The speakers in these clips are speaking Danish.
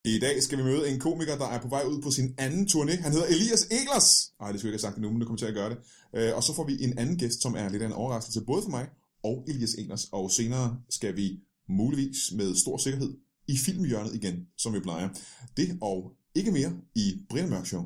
I dag skal vi møde en komiker, der er på vej ud på sin anden turné. Han hedder Elias Ehlers. Det skulle jeg ikke have sagt endnu, men nu kommer til at gøre det. Og så får vi en anden gæst, som er lidt af en overraskelse, både for mig og Elias Ehlers. Og senere skal vi muligvis med stor sikkerhed i filmhjørnet igen, som vi plejer. Det og ikke mere i Brian Mørk Show.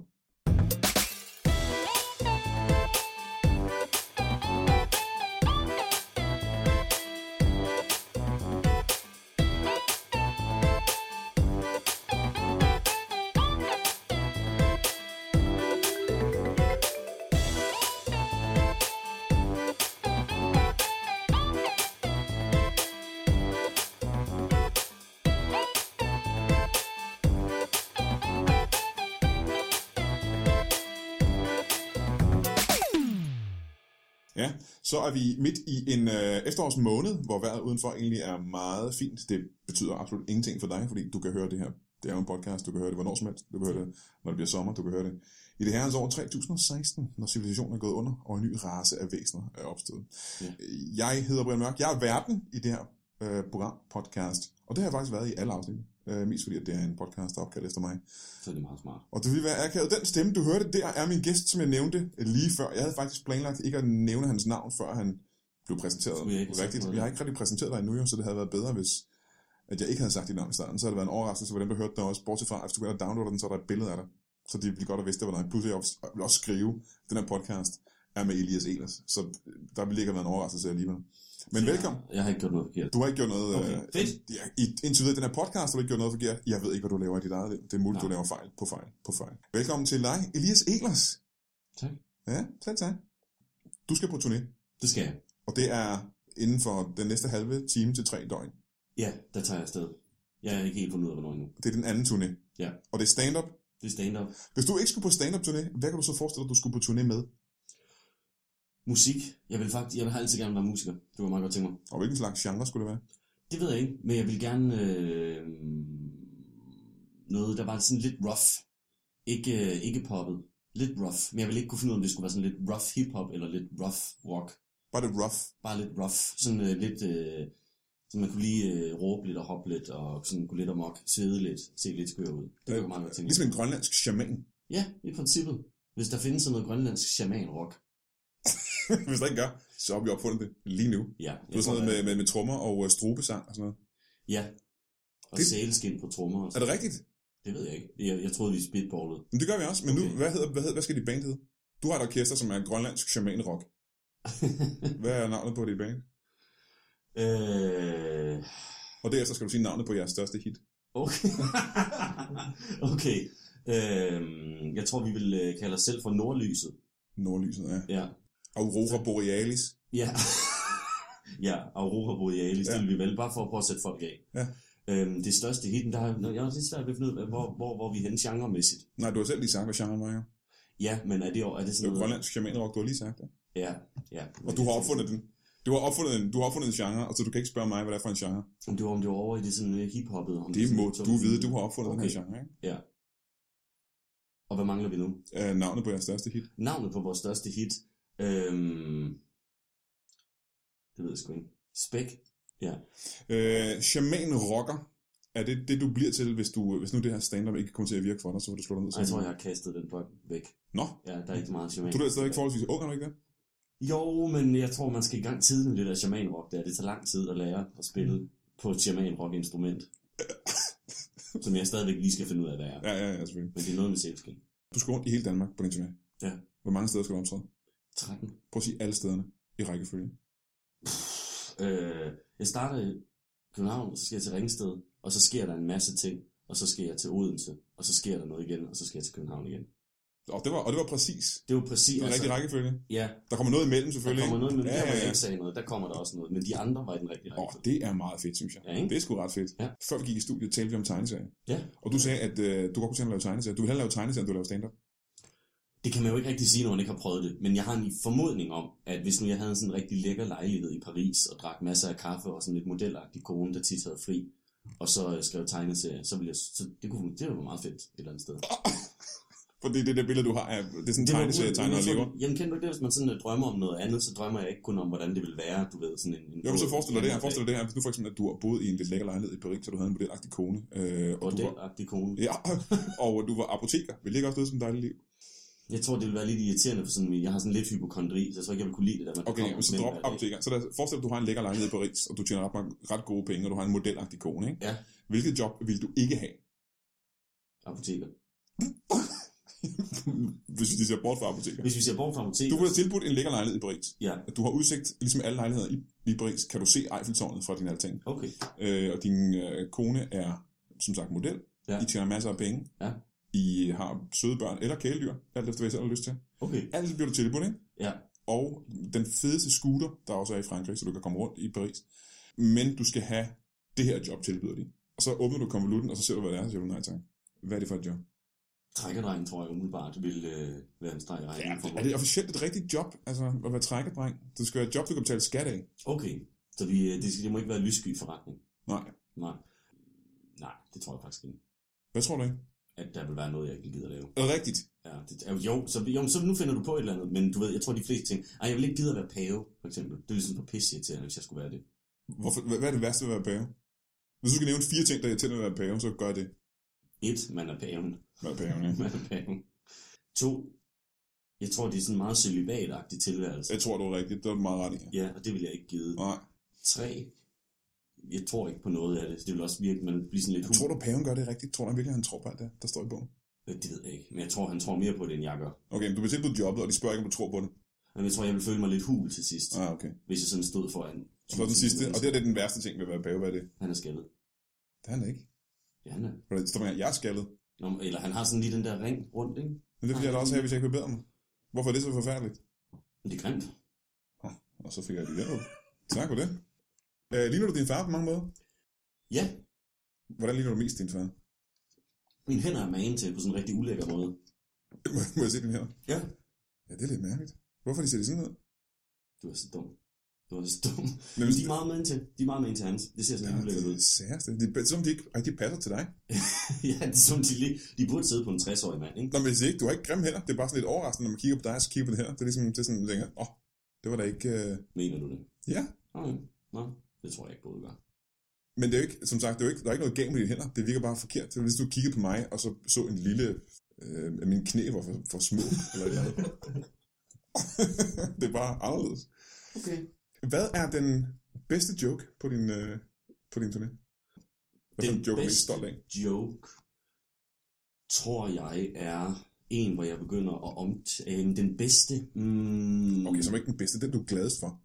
Ja, så er vi midt i en efterårsmåned, hvor vejret udenfor egentlig er meget fint. Det betyder absolut ingenting for dig, fordi du kan høre det her. Det er jo en podcast, du kan høre det hvornår som helst. Du kan høre det, når det bliver sommer, du kan høre det i det herrens år 3016, når civilisationen er gået under, og en ny race af væsener er opstået. Ja. Jeg hedder Brian Mørk. Jeg er verden i det her program, podcast, og det har jeg faktisk været i alle afsnit. Mest fordi, at det er en podcast, der er opkaldt efter mig. Så er det meget smart. Og det vil være akavet. Den stemme, du hørte, der er min gæst, som jeg nævnte lige før. Jeg havde faktisk planlagt ikke at nævne hans navn, før han blev præsenteret. Rigtigt. Jeg har ikke rigtig præsenteret dig endnu, så det havde været bedre, hvis at jeg ikke havde sagt dit navn i starten. Så havde det været en overraskelse for dem, der hørte det også. Bortset fra, at hvis du går ind og downloader den, så er der et billede af dig. Så det bliver godt at vidste, det var dig. Pludselig vil også skrive, den her podcast er med Elias Ehlers. Så der vil ikke have været en overraskelse alligevel. Men så velkommen. Jeg har ikke gjort noget forkert. Du har ikke gjort noget... Okay, fedt. Indtil videre, den her podcast har du ikke gjort noget forkert. Jeg ved ikke, hvad du laver i dit eget liv. Det er muligt, du laver fejl på fejl. Velkommen til dig, Elias Ehlers. Tak. Ja, tak. Du skal på turné. Det skal jeg. Og det er inden for den næste halve time til 3 døgn. Ja, der tager jeg afsted. Jeg er ikke helt fundet ud af, hvornår endnu. Det er den anden turné. Ja. Og det er stand-up. Det er stand-up. Hvis du ikke skulle på stand-up turné, hvad kan du så forestille dig, du skulle på turné med? Musik. Jeg vil altid gerne være musiker. Det var meget godt tænke mig. Og hvilken slags genre skulle det være? Det ved jeg ikke, men jeg vil gerne noget, der var sådan lidt rough. Ikke poppet. Lidt rough. Men jeg vil ikke kunne finde ud af, om det skulle være sådan lidt rough hip-hop eller lidt rough rock. Bare lidt rough? Bare lidt rough. Sådan lidt... så man kunne lige råbe lidt og hoppe lidt, og sådan gå lidt amok, svede lidt, se lidt skør ud. Det var meget godt tænke. Ligesom en grønlandsk shaman? Ja, i princippet. Hvis der findes sådan noget grønlandsk shaman-rock. Hvis der ikke gør, så har vi opfundet det lige nu. Ja. Det er sådan noget med trommer og strubesang og sådan noget. Ja, og sælskin på trommer. Er det rigtigt? Det ved jeg ikke. Jeg troede, vi spitballede. Men det gør vi også. Men okay. Nu, hvad skal dit band hedde? Du har et orkester, som er en grønlandsk shaman-rock. Hvad er navnet på dit band? Og derefter skal du sige navnet på jeres største hit. Okay. Okay. Jeg tror, vi vil kalde os selv for Nordlyset. Nordlyset, ja. Ja. Aurora Borealis. Ja. Ja, Aurora Borealis, det vil vi vel, bare for at prøve at sætte folk af. Ja. Det største hitten, der er lidt svært ved at finde ud af, hvor vi er henne genremæssigt. Nej, du har selv lige sagt, hvad genren var, ja. Ja, men er det sådan noget... Det er grønlandsk shaman-rock, du har lige sagt det. Ja. Og du har opfundet den. Du har opfundet en genre, og så du kan ikke spørge mig, hvad det er for en genre. Om det var over i det sådan hip-hoppet. Det må du vide, du har opfundet den her genre, ikke? Ja. Og hvad mangler vi nu? Navnet på jeres største hit. Navnet på vores største hit? Det ved jeg sgu ikke. Spæk? Ja. Shaman-rocker. Er det du bliver til, hvis nu det her stand-up ikke kommer til at virke for dig, så vil du slå dig ned? Jeg tror, jeg har kastet den på væk. Nå? Ja, der er ikke meget shaman. Du er stadig ikke forholdsvis ung, er du ikke det? Jo, men jeg tror, man skal i gang tidligt med det der shaman-rock der. Det tager lang tid at lære at spille på et shaman-rock-instrument. Som jeg stadigvæk lige skal finde ud af, hvad er. Ja, selvfølgelig. Men det er noget med sælskin. Du skal rundt i hele Danmark på din turné. Ja. Hvor mange steder skal du optræde? 13. Prøv at sige alle stederne i rækkefølge. Jeg starter i København, og så skal jeg til Ringsted, og så sker der en masse ting, og så skal jeg til Odense, og så sker der noget igen, og så skal jeg til København igen. Og det var præcis. Det var præcis. Den rigtige rækkefølge. Ja. Der kommer noget imellem selvfølgelig. Der kommer noget imellem. Der, hvor jeg ikke sagde noget, der kommer der også noget. Men de andre var i den rigtige rækkefølge. Det er meget fedt, synes jeg. Ja, ikke? Det er sgu ret fedt. Ja. Før vi gik i studiet, talte vi om tegneserier. Ja. Og du sagde, at du godt kunne tænke at lave tegneserier. Du vil hellere lave tegneserier, end du laver stand-up. Det kan man jo ikke rigtig sige, når man ikke har prøvet det. Men jeg har en formodning om, at hvis nu jeg havde sådan en rigtig lækker lejlighed i Paris, og drak masser af kaffe, og sådan lidt modelagtig kone, der tit havde fri, og så skrev tegneserier, så ville jeg... Så det var meget fedt et eller andet sted. Fordi det der billede, du har, det er sådan en tegneserietegner, der lever. Jamen kender du det, hvis man sådan drømmer om noget andet, så drømmer jeg ikke kun om, hvordan det vil være, du ved, sådan en jo, så forestil dig det her, hvis nu for eksempel, at du har boet i en lidt lækker lejlighed i Paris, så du havde en modelagtig kone. Modelagtig kone? Ja, og du var apoteker. Vil det ikke også lyde som et dejligt liv? Jeg tror, det vil være lidt irriterende, for sådan, jeg har sådan lidt hypokondri, så jeg tror ikke, jeg vil kunne lide det der. Okay, men så drop apoteker. Så forestil dig, at du har en lækker lejlighed i Paris, og du tjener ret gode penge, og du har en modelagtig kone, ikke? Ja. Hvilket job vil du ikke have? Apoteker. Hvis vi ser bort fra apoteker. Hvis vi ser bort fra apoteker. Du får tilbudt en lækker lejlighed i Paris. Ja. Du har udsigt, ligesom alle lejligheder i Paris, kan du se Eiffeltårnet fra din altan. Okay. Og din kone er, som sagt, model. Ja. I tjener masser af penge. Ja. I har søde børn eller kæledyr, alt efter hvad I selv har lyst til. Okay. Alt bliver du tilbudt, ikke? Ja. Og den fedeste scooter, der også er i Frankrig, så du kan komme rundt i Paris. Men du skal have det her job, tilbyder de. Og så åbner du konvolutten, og så ser du, hvad det er, og så siger du nej tak. Hvad er det for et job? Trækkerdreng, tror jeg umiddelbart vil være en streg i regningen. Ja, er det officielt et rigtigt job, altså at være trækkerdreng? Det skal være et job, du kan betale skat af. Okay, så det må ikke være lysky forretning. Nej, det tror jeg faktisk ikke. Hvad tror du ikke? At der vil være noget, jeg ikke gider lave. Rigtigt. Ja, så nu finder du på et eller andet, men du ved, jeg tror de fleste ting. Jeg vil ikke gide at være pave, for eksempel. Det er ligesom på pisse-irriterende, hvis jeg skulle være det. Hvorfor? Hvad er det værste ved at være pave? Hvis du skal nævne 4 ting, der er irriterende ved at være pave, så gør det. 1. Man er paven. Man er paven. 2. Jeg tror, det er sådan en meget celibatagtig tilværelse. Jeg tror, du er rigtigt. Det er meget ret i. Ja, og det vil jeg ikke gide. Nej. 3. Jeg tror ikke på noget af det. Det vil også virke, man bliver sådan lidt... Tror du, paven gør det rigtigt? Tror du virkelig, han tror på alt det, der står i bogen? Det ved jeg ikke, men jeg tror, han tror mere på det, end jeg gør. Okay, men du bliver tilbudt jobbet, og de spørger ikke, om du tror på det. Men jeg tror, jeg vil føle mig lidt hul til sidst. Okay. Hvis jeg sådan stod foran... Og så den sidste, og det er den værste ting ved at være pave, hvad er det? Han er skaldet. Det er han ikke. Ja, han er. Det står med, jeg er skaldet. Eller han har sådan lige den der ring rundt, ikke? Men det vil jeg da også have, hvis jeg ikke vil bedre mig. Hvorfor er det så forfærdeligt? Det er grimt. Og så fik jeg det hjælp. Tak for det. Ligner du din far på mange måder? Ja. Hvordan ligner du mest din far? Mine hænder er magen til på sådan en rigtig ulækker måde. Må jeg se din her? Ja. Ja, det er lidt mærkeligt. Hvorfor de ser de sådan ud? Du er så dum. Men de er meget med til. De er meget med til hans. Det ser sådan lidt ulækkert ud. Det er særste. Det er som de ikke rigtig passer til dig. Ja, det er som de burde sidde på en 60-årig mand, ikke? Nå, men ikke, du har ikke grimme hænder. Det er bare sådan lidt overraskende, når man kigger på dig, så kigger på det her. Det er ligesom, det er sådan længere. Det var da ikke... Mener du det? Ja. Okay. Nå, det tror jeg ikke på, du gør. Men det er jo ikke, som sagt, der er ikke noget galt med dine hænder. Det virker bare forkert. Så hvis du kigger på mig, og så en lille... mine knæ var for små, eller et andet. Det er bare anderledes. Okay. Hvad er den bedste joke på din turné? Hvad er den joke, du er mest stolt af? Joke, tror jeg, er en, hvor jeg begynder at omtale den bedste. Okay, som ikke den bedste, den du er gladest for.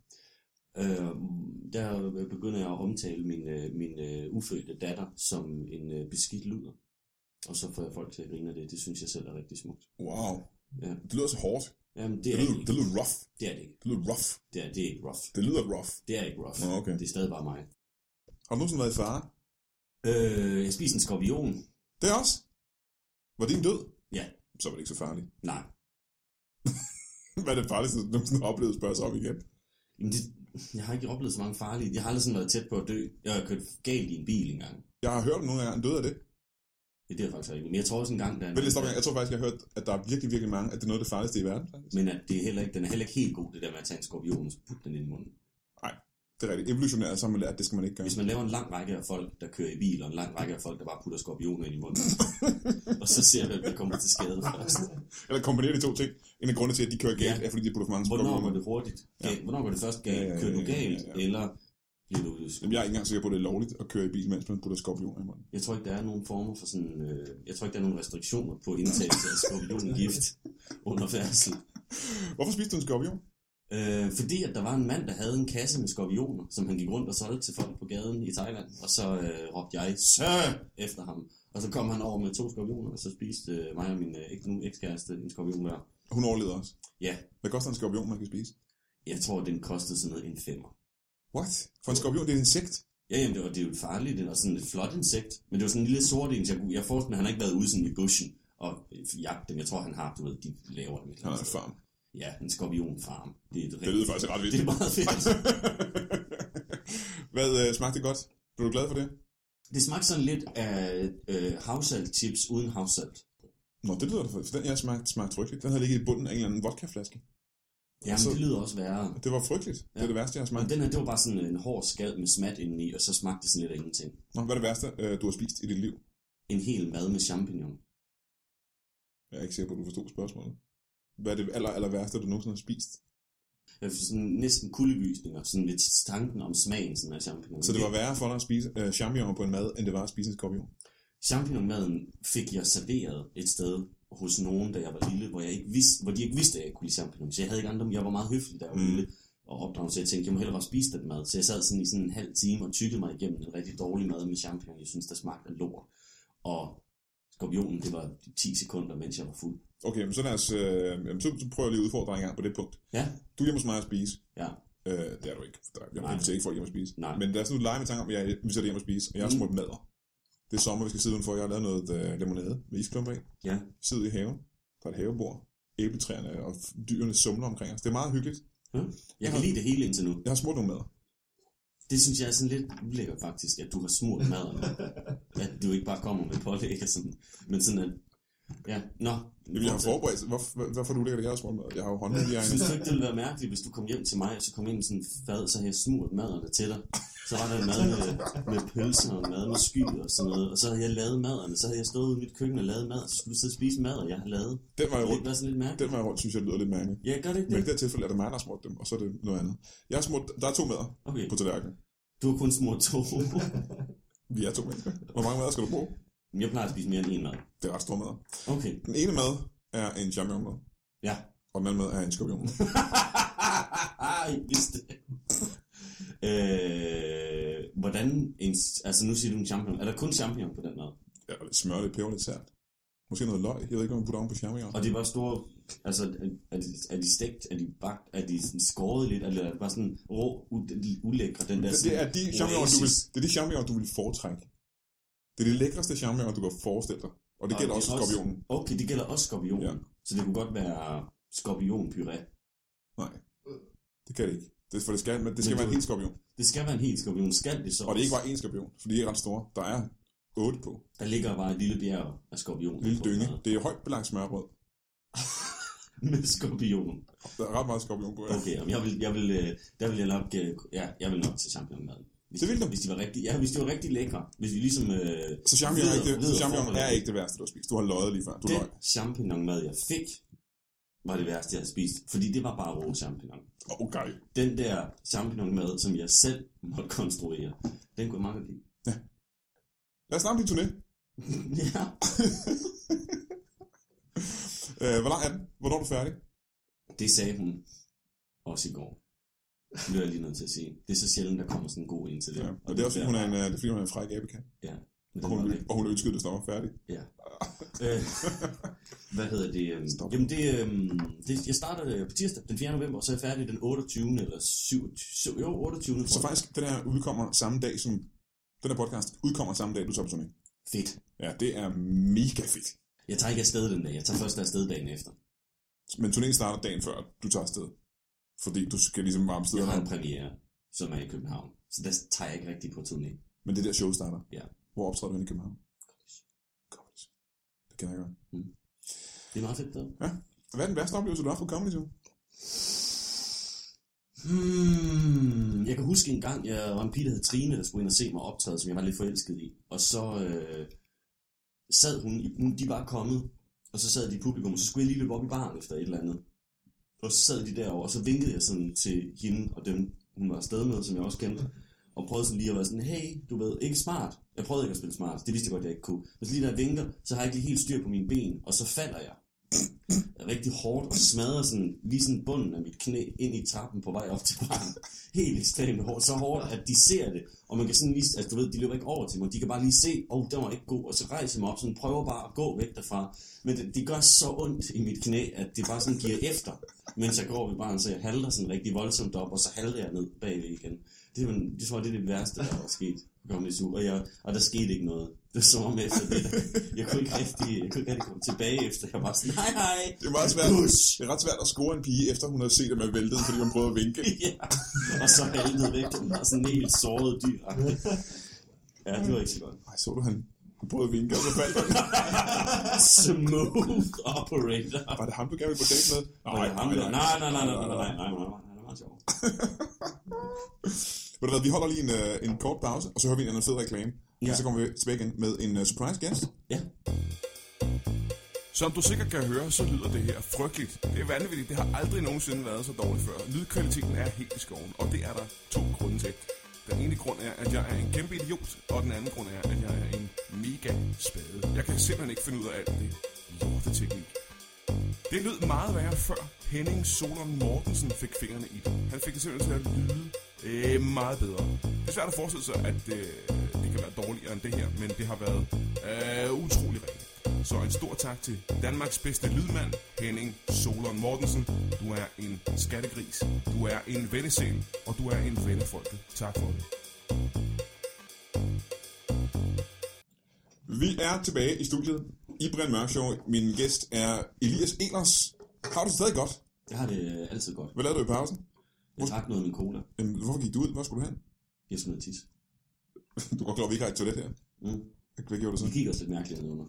Der begynder jeg at omtale min ufødte datter som en beskidt luder. Og så får jeg folk til at grine af det. Det synes jeg selv er rigtig smukt. Wow. Ja. Det lyder så hårdt. Jamen, det lyder rough. Det er det ikke. Det lyder rough. Det er ikke rough. Det lyder rough. Det er ikke rough. Okay. Det er stadig bare mig. Har du nogensinde været i fare? Jeg spiste en skorpion. Det er også. Var din død? Ja. Så var det ikke så farligt. Nej. Hvad er det farligste, du nogensinde har oplevet, spørger sig om igen? Jamen jeg har ikke oplevet så mange farlige. Jeg har aldrig sådan været tæt på at dø. Jeg har kørt galt i en bil engang. Jeg har hørt om nogle gange døde af det. Ja, det er faktisk ikke. Men jeg tror også engang, jeg tror faktisk, jeg har hørt, at der er virkelig, virkelig mange, at det er noget af det farligste i verden. Faktisk. Men at det er den er heller ikke helt god, det der med at tage en skorpion og putte den ind i munden. Nej, det er rigtigt. Evolutionært så har man lært, at det skal man ikke gøre. Hvis man laver en lang række af folk, der kører i bil, og en lang række af folk, der bare putter skorpioner ind i munden, og så ser vi, at det kommer til skade først. Eller kombinerer de to ting. En af grundene til, at de kører galt, er fordi de putter for mange skorpioner. Hvornår går det hurtigt? Ja. Hvornår går det først galt? Kører du galt, eller bliver du udskudt? Jamen, jeg er ikke engang sikker på, at det er lovligt at køre i bil, mens man putter skorpioner i munden. Jeg tror ikke, der er nogen former for sådan... jeg tror ikke, der er nogen restriktioner på indtagelse af skorpiongift under færdsel. Hvorfor spiste du en skorpion? Fordi at der var en mand, der havde en kasse med skorpioner, som han gik rundt og solgte til folk på gaden i Thailand. Og så råbte jeg, Sir! Efter ham. Og så kom han over med 2 skorpioner, og så spiste mig og min ekskæreste en skorpion hver. Hun overlevede også? Ja. Hvad koster en skorpion, man kan spise? Jeg tror, den kostede sådan noget en 5'er. What? For en skorpion, det er et insekt? Ja, jamen, det er jo et farligt, det er sådan et flot insekt. Men det var sådan en lille sort en, jeg forestiller mig, han har ikke været ude sådan i bushen og jagt dem. Jeg tror, han har, du ved, de laver dem. Han har en farm. Ja, en skorpionfarm. Det lyder faktisk ret vildt. Det er meget fedt. Hvad smagte det godt? Blev du glad for det? Det smagte sådan lidt af havsalt chips uden havsalt. Nå, det lyder da for den, jeg smagte frygteligt. Den havde ligget i bunden af en eller anden vodkaflaske. Jamen, så, det lyder også værre. Det var frygteligt. Ja. Det er det værste, jeg har smagt. Men den her, det var bare sådan en hård skal med smat indeni, og så smagte det sådan lidt af ingenting. Nå, hvad er det værste, du har spist i dit liv? En hel mad med champignon. Jeg er ikke sikker på, at du forstod spørgsmålet. Hvad er det aller værste, du nogensinde har spist? Jeg får sådan næsten kuldegysninger, sådan lidt tanken om smagen sådan af champignon. Så det var værre for dig at spise champignon på en mad, end det var at spise en skorpion? Champignonmaden fik jeg serveret et sted hos nogen, da jeg var lille, hvor de ikke vidste, at jeg kunne lide champignon. Så jeg havde ikke andre, jeg var meget høflig, da jeg var lille og opdraget, så jeg tænkte, jeg må hellere bare spise den mad. Så jeg sad sådan i sådan en halv time og tykkede mig igennem en rigtig dårlig mad med champignon. Jeg synes, der smagte af lort. Og skorpionen, det var 10 sekunder, mens jeg var fuld. Okay, men så lad os, så prøver jeg lige at udfordre en gang på det punkt. Ja. Du er hjemme hos mig at spise. Ja. Det er du ikke. Jeg inviterer ikke folk hjem at spise. Nej. Men lad os nu lege med tanke om, at vi sætter hjem at spise, og jeg har smurt madder. Det er sommer, vi skal sidde udenfor. Jeg har lavet noget limonade med isklumper i. Ja. Sidder i haven. Der er et havebord. Æbletræerne og dyrene sumler omkring os. Det er meget hyggeligt. Jeg kan lide det hele indtil nu. Jeg har smurt nogle madder. Det synes jeg er sådan lidt ulækkert faktisk, at du har smurt maden. At du ikke bare kommer med pålæg og sådan. Men sådan at... Ja, nå. Jeg har forberedt. Hvorfor du lægger det, jeg har smurt mad? Jeg har jo håndhævet. Synes du ikke, det ville være mærkeligt, hvis du kom hjem til mig, og så kom ind i sådan en fad, så havde jeg smurt maderne til dig. Så var der mad med pølser og mad med sky og sådan noget. Og så havde jeg lavet maderne. Så havde jeg stået ude i mit køkken og lavet mad. Så skulle du sidde og spise mad, og jeg har lavet. Den var jeg rundt. Det sådan lidt mærkeligt. Den var jeg rundt, synes jeg lyder lidt mærkeligt. Ja, gør det ikke det? Men i det her tilfælde er det mig, der har smurt dem, og så er det noget andet. Jeg har smurt, der er 2 madder på tallerkenen. Du har kun smurt 2. Vi er 2 mennesker. Hvor mange madder skal du bruge? Jeg plejer at spise mere end 1 mad. Det er ret stor madder. Okay. Den ene mad er en champignon-mad. Ja. Og den anden mad er en skorpion. Jeg vidste det. Hvordan, altså nu siger du en champignon. Er der kun champignon på den mad? Ja, lidt smør, lidt peber, lidt sært. Måske noget løg. Jeg ved ikke, om man putter om på champignon. Og det er bare store, altså er de stegt, er de bagt, er de sådan skåret lidt, eller er det bare sådan rå, ulækre, den der det er de champignon, du vil foretrække. Det er det lækreste champignon, du kan forestille dig. Og det gælder også skorpionen. Okay, det gælder også skorpionen. Ja. Så det kunne godt være skorpionpuré. Nej, det kan det ikke. Det skal være en helt skorpion. Det skal være en helt skorpion. Skal det så? Og det er ikke bare én skorpion, for de er ret store. Der er 8 på. Der ligger bare et lille bjerg af skorpioner. Lille dynge. Det er højt belagt smørbrød. Med skorpion. Der er ret meget skorpion på. Ja. Okay, jeg vil nok til champignonmaden. Hvis de var rigtig, hvis de var rigtig lækre. Hvis vi ligesom så champignon er ikke det værste du har spist. Du har løjet lige før. Den champignon-mad jeg fik var det værste jeg havde spist, fordi det var bare rå champignon. Okay. Den der champignon-mad, som jeg selv måtte konstruere, den kunne jeg meget godt lide. Ja. Lad os snakke din turné. Ja. Hvor lang er den? Hvornår er du færdig? Det sagde hun også i går. Det bliver jeg lige nødt til at sige. Det er så sjældent, der kommer sådan en god ind til det. Ja, og det er også, fordi hun er en fræk abekat. Ja. Og hun ønskede, at det var færdig. Ja. Hvad hedder det? Jamen jeg starter på tirsdag, den 4. november, og så er jeg færdig den 28. eller 28. Så faktisk, den her udkommer samme dag som... Den her podcast udkommer samme dag, du tager på turné. Fedt. Ja, det er mega fedt. Jeg tager ikke afsted den dag. Jeg tager først afsted dagen efter. Men turnéen starter dagen før, du tager afsted. Fordi du skal ligesom varme steder. Jeg har en premiere, som er i København. Så der tager jeg ikke rigtig på turné. Men det der show starter? Ja. Hvor optræder du hen i København? Comedy. Det kan jeg gøre. Det er meget fedt, der. Ja. Hvad er den værste oplevelse, du har haft på Comedy Zoo? Jeg kan huske en gang, jeg var en pige, der hed Trine, der skulle ind og se mig optræde, som jeg var lidt forelsket i. Og så sad hun, de var kommet, og så sad de i publikum, og så skulle jeg lige løbe op i baren efter et eller andet. Og så sad de derovre, og så vinkede jeg sådan til hende, og dem, hun var afsted med, som jeg også kendte. Og prøvede sådan lige at være sådan, hey, du ved, ikke smart. Jeg prøvede ikke at spille smart, det vidste jeg godt, jeg ikke kunne. Hvis lige der vinker, så har jeg ikke lige helt styr på mine ben, og så falder jeg. Rigtig hårdt og smadrer sådan, lige sådan bunden af mit knæ ind i trappen på vej op til baren. Helt ekstremt hårdt. Så hårdt, at de ser det. Og man kan sådan lige, altså du ved, de løber ikke over til mig. De kan bare lige se, den var ikke god. Og så rejser jeg mig op, sådan prøver bare at gå væk derfra. Men det gør så ondt i mit knæ, at det bare sådan giver efter. Mens jeg går ved baren, så jeg halter sådan rigtig voldsomt op, og så halter jeg ned bagved igen. Det tror jeg, det er det værste, der er sket. Og der skete ikke noget. Det var som om efter det der. Jeg kunne ikke rigtig komme tilbage efter. Jeg var sådan, hej. Det er meget svært. Det er ret svært at score en pige, efter hun har set, at man væltede, fordi man prøvede at vinke. Ja, og så haltede væk. Hun var sådan helt såret dyr. Ja, det var ikke så godt. Ej, så du han prøvede at vinke, og så faldt han. Smooth operator. Var det ham, du gerne ville på date med? Nej. Han er meget sjov. Ved du hvad, vi holder lige en kort pause, og så hører vi en fed reklame. Ja. Og så kommer vi tilbage igen med en surprise gæst. Ja. Som du sikkert kan høre, så lyder det her frygteligt. Det er vanvittigt. Det har aldrig nogensinde været så dårligt før. Lydkvaliteten er helt i skoven, og det er der 2 grunde til. Den ene grund er, at jeg er en kæmpe idiot, og den anden grund er, at jeg er en mega spade. Jeg kan simpelthen ikke finde ud af alt det lorteteknik. Det lød meget værre før Henning Solon Mortensen fik fingrene i det. Han fik det simpelthen til at lyde meget bedre. Det er svært at forestille sig, at det kan være dårligere end det her, men det har været utrolig rigtigt. Så en stor tak til Danmarks bedste lydmand, Henning Solon Mortensen. Du er en skattegris, du er en vennesæl, og du er en ven af folket. Tak for det. Vi er tilbage i studiet i Brian Mørk Show. Min gæst er Elias Ehlers. Har du det stadig godt? Jeg har det altid godt. Hvad lavede du i pausen? Jeg drak noget af min cola. Hvorfor gik du ud? Hvor skulle du hen? Jeg skulle ned tisse. Du går klar, at vi ikke har et toilet her. Hvad gjorde du så? De kigger også lidt mærkeligt ned under.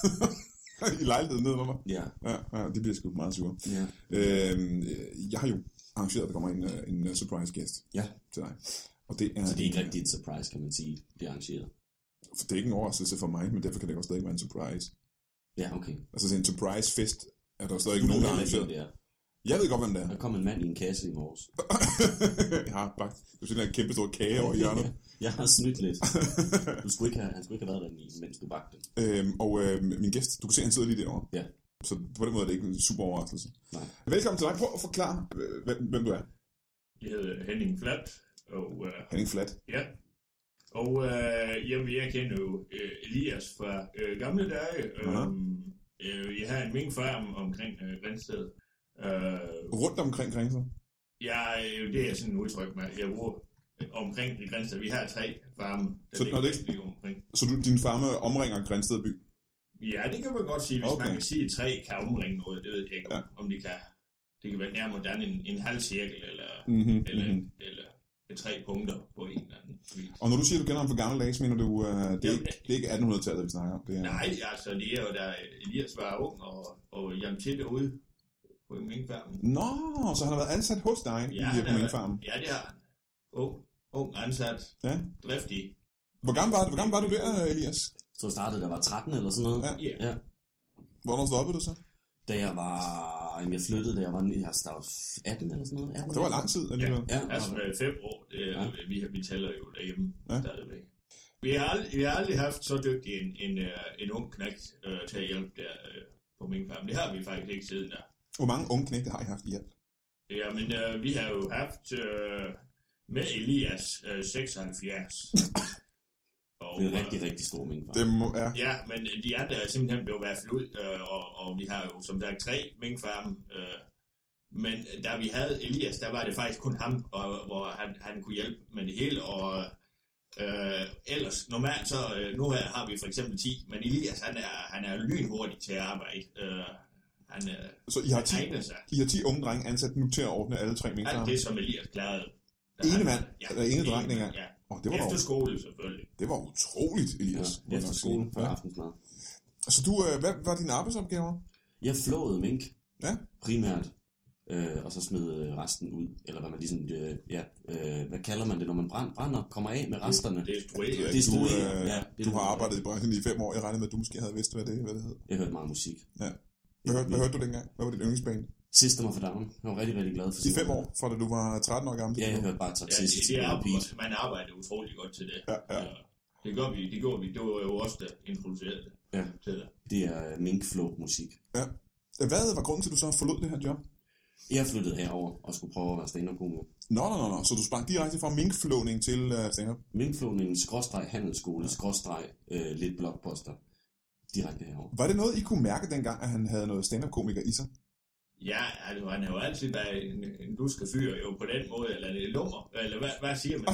I lejligheden nedenunder? Ja. Ja, det bliver sgu meget sure. Ja. Jeg har jo arrangeret, at der kommer en surprise gæst til dig. Og det er, så det er ikke rigtig et surprise, kan man sige, det er arrangeret. For det er ikke en overraskelse for mig, men derfor kan det også stadig være en surprise. Ja, okay. Altså til en surprise fest er der stadig ikke nogen, der har arrangeret. Jeg ved godt, hvem det er. Der kom en mand i en kasse i morges. Jeg har bagt. Du synes, der er en kæmpe stor kage over hjørnet. Jeg har snydt lidt. Han skulle ikke have været der, mens du bagte. Min gæst, du kan se, han sidder lige derovre. Ja. Så på den måde er det ikke en super overraskelse. Nej. Velkommen til dig. Prøv at forklare, hvem du er. Jeg hedder Henning Flat. Henning Flat? Ja. Og jeg kender jo Elias fra gamle dage. Jeg har en minkfarm omkring Grindsted. Rundt omkring Grindsted? Ja, det er sådan en udtryk med. Jeg bor omkring i Grindsted. Vi har 3 farme. Så din farme omringer Grindsted by? Ja, det kan man godt sige. Hvis man kan sige, at 3 kan omringe noget, det ved jeg ikke, om det kan. Det kan være nærmere danne en halv cirkel, eller 3 punkter på en eller anden vis. Og når du siger, at du kender ham for gamle dage, så mener du, det er ikke 1800-tallet, vi snakker om? Det er... Nej, altså det er jo, da Elias var ung, og Jan Titte ude på en minkfarm. Nå, så han har været ansat hos dig på minkfarmen? Ja, det har han. Ung ansat. Ja. Driftig. Hvor gammel var du der, Elias? Så startede, der var 13 eller sådan noget. Ja. Hvornår stoppede du så? Da jeg flyttede, da jeg var 18 eller sådan noget. Det var lang tid alligevel. Ja, altså med 5 år. Vi tæller jo derhjemme stadigvæk. Vi har aldrig haft så dygtig en ung knægt til at hjælpe der på minkfarmen. Det har vi faktisk ikke siden der. Hvor mange unge knægte har I haft i alt? Ja, men vi har jo haft med Elias 76. Det er en rigtig, rigtig stor minkfarm. Ja, men de andre er simpelthen blevet været ud, og vi har jo som sagt 3 minkfarme. Men da vi havde Elias, der var det faktisk kun ham, hvor han kunne hjælpe med det hele. Og ellers, normalt så, nu her har vi for eksempel 10, men Elias, han er lynhurtig til at arbejde. Så I har 10 unge drenge ansat nu til at ordne alle 3 minkfarme? Alt det, som Elias klarede. Ene mand? Eller ene dreng dengang? Ja. Det var efter skole selvfølgelig. Det var utroligt, Elias. Ja, efter skole før aftensmad. Så hvad var dine arbejdsopgaver? Jeg flåede mink. Ja. Primært. Og så smed resten ud. Eller hvad man ligesom... hvad kalder man det, når man kommer af med resterne? Destruere. Du har arbejdet i branchen i 5 år. Jeg regnede med, at du måske havde vidst, hvad det hed. Jeg hørte meget musik. Ja. Hvad hørte du dengang? Hvad var dit yndlingsband? System of a Down. Jeg var rigtig, rigtig glad for det. I 5 år, fra da du var 13 år gammel? Ja, jeg hørte bare Toxicity. Man arbejder utrolig godt til det. Ja. Det gjorde vi. Det var jo også, der introducerede det til det. Det er minkflow-musik. Ja. Hvad var grunden til, at du så forlod det her job? Jeg flyttede herover og skulle prøve at være stand-up-komiker. Nå. Så du sprang direkte fra minkflåning til stand-up? Minkflåning, handelsskole, lidt blockbuster. Direkte herover. Var det noget, I kunne mærke dengang, at han havde noget stand-up-komiker i sig? Ja, altså, han har jo altid været en duske fyr jo på den måde, eller det lummer, eller hvad siger man?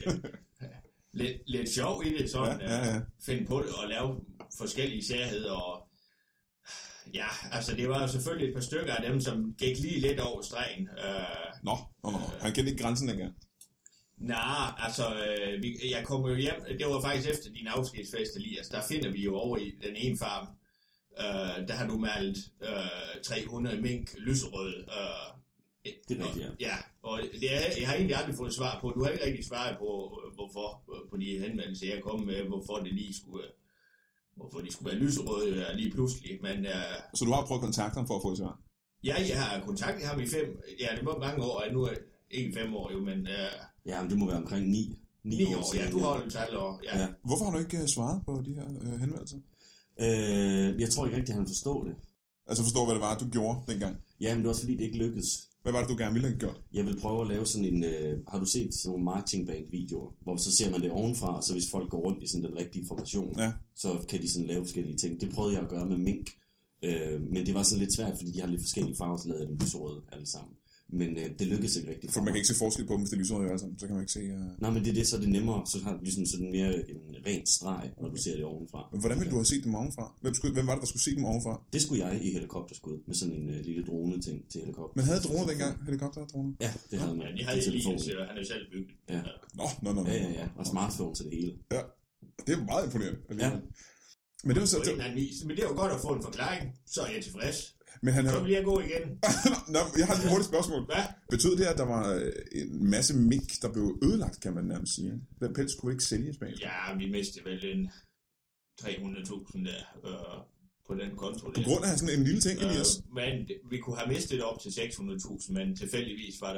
lidt sjov i det, sådan finde på det og lave forskellige særheder. Og ja, altså det var jo selvfølgelig et par stykker af dem, som gik lige lidt over stregen. Nå. Han kendte ikke grænsen dengang. Nej, altså, jeg kom jo hjem, det var faktisk efter din afskedsfest, Elias, der finder vi jo over i den ene farm, der har du malet 300 mink lyserød. Det er rigtigt, ja. Og jeg har egentlig aldrig fået svar på. Du har ikke rigtig svaret på, hvorfor på de henvendelser, jeg kom med, hvorfor de skulle være lyserøde lige pludselig. Men, så du har prøvet at kontakte ham for at få et svar? Ja, jeg har kontaktet ham i 5... Ja, det var mange år, nu er ikke 5 år jo, men... Ja, men det må være omkring 9 år. Ja, du har jo et tal år. Ja. Hvorfor har du ikke svaret på de her henvendelser? Jeg tror ikke rigtig, han forstår det. Altså forstår, hvad det var, du gjorde dengang? Ja, men det var også fordi, det ikke lykkedes. Hvad var det, du gerne ville have gjort? Jeg vil prøve at lave sådan en... har du set sådan nogle marketingband-videoer, hvor så ser man det ovenfra, og så hvis folk går rundt i sådan den rigtige formation, så kan de sådan lave forskellige ting. Det prøvede jeg at gøre med mink, men det var sådan lidt svært, fordi de har lidt forskellige farver, så lavede jeg dem lyserøde alle sammen. Men det lykkedes ikke rigtigt. For man kan ikke se forskel på dem, hvis det er lyserøde alle sammen, så kan man ikke se... Nej, men så er det nemmere, så har du ligesom sådan mere en rent streg, når du ser det ovenfra. Men hvordan ville du have set dem ovenfra? Hvem var det, der skulle se dem ovenfra? Det skulle jeg i helikopterskud, med sådan en lille drone-ting til helikopter. Men havde droner dengang? Helikopter-droner? Ja, det havde man. Ja, de havde Elias, han er jo selv bygget. Ja. Nå. Ja, og smartphone til det hele. Ja, det er meget imponerende. Ja. Men det var så... Men det var godt at få en forklaring, så er jeg tilfreds. Men så vil jeg gå igen. Nå, jeg har et hurtigt spørgsmål. Hvad? Betyder det, at der var en masse mink, der blev ødelagt, kan man nærmest sige? Den pels kunne ikke sælges bag? Ja, vi mistede vel en 300.000 der på den konto. På grund af sådan en lille ting, Elias? Men vi kunne have mistet det op til 600.000, men tilfældigvis var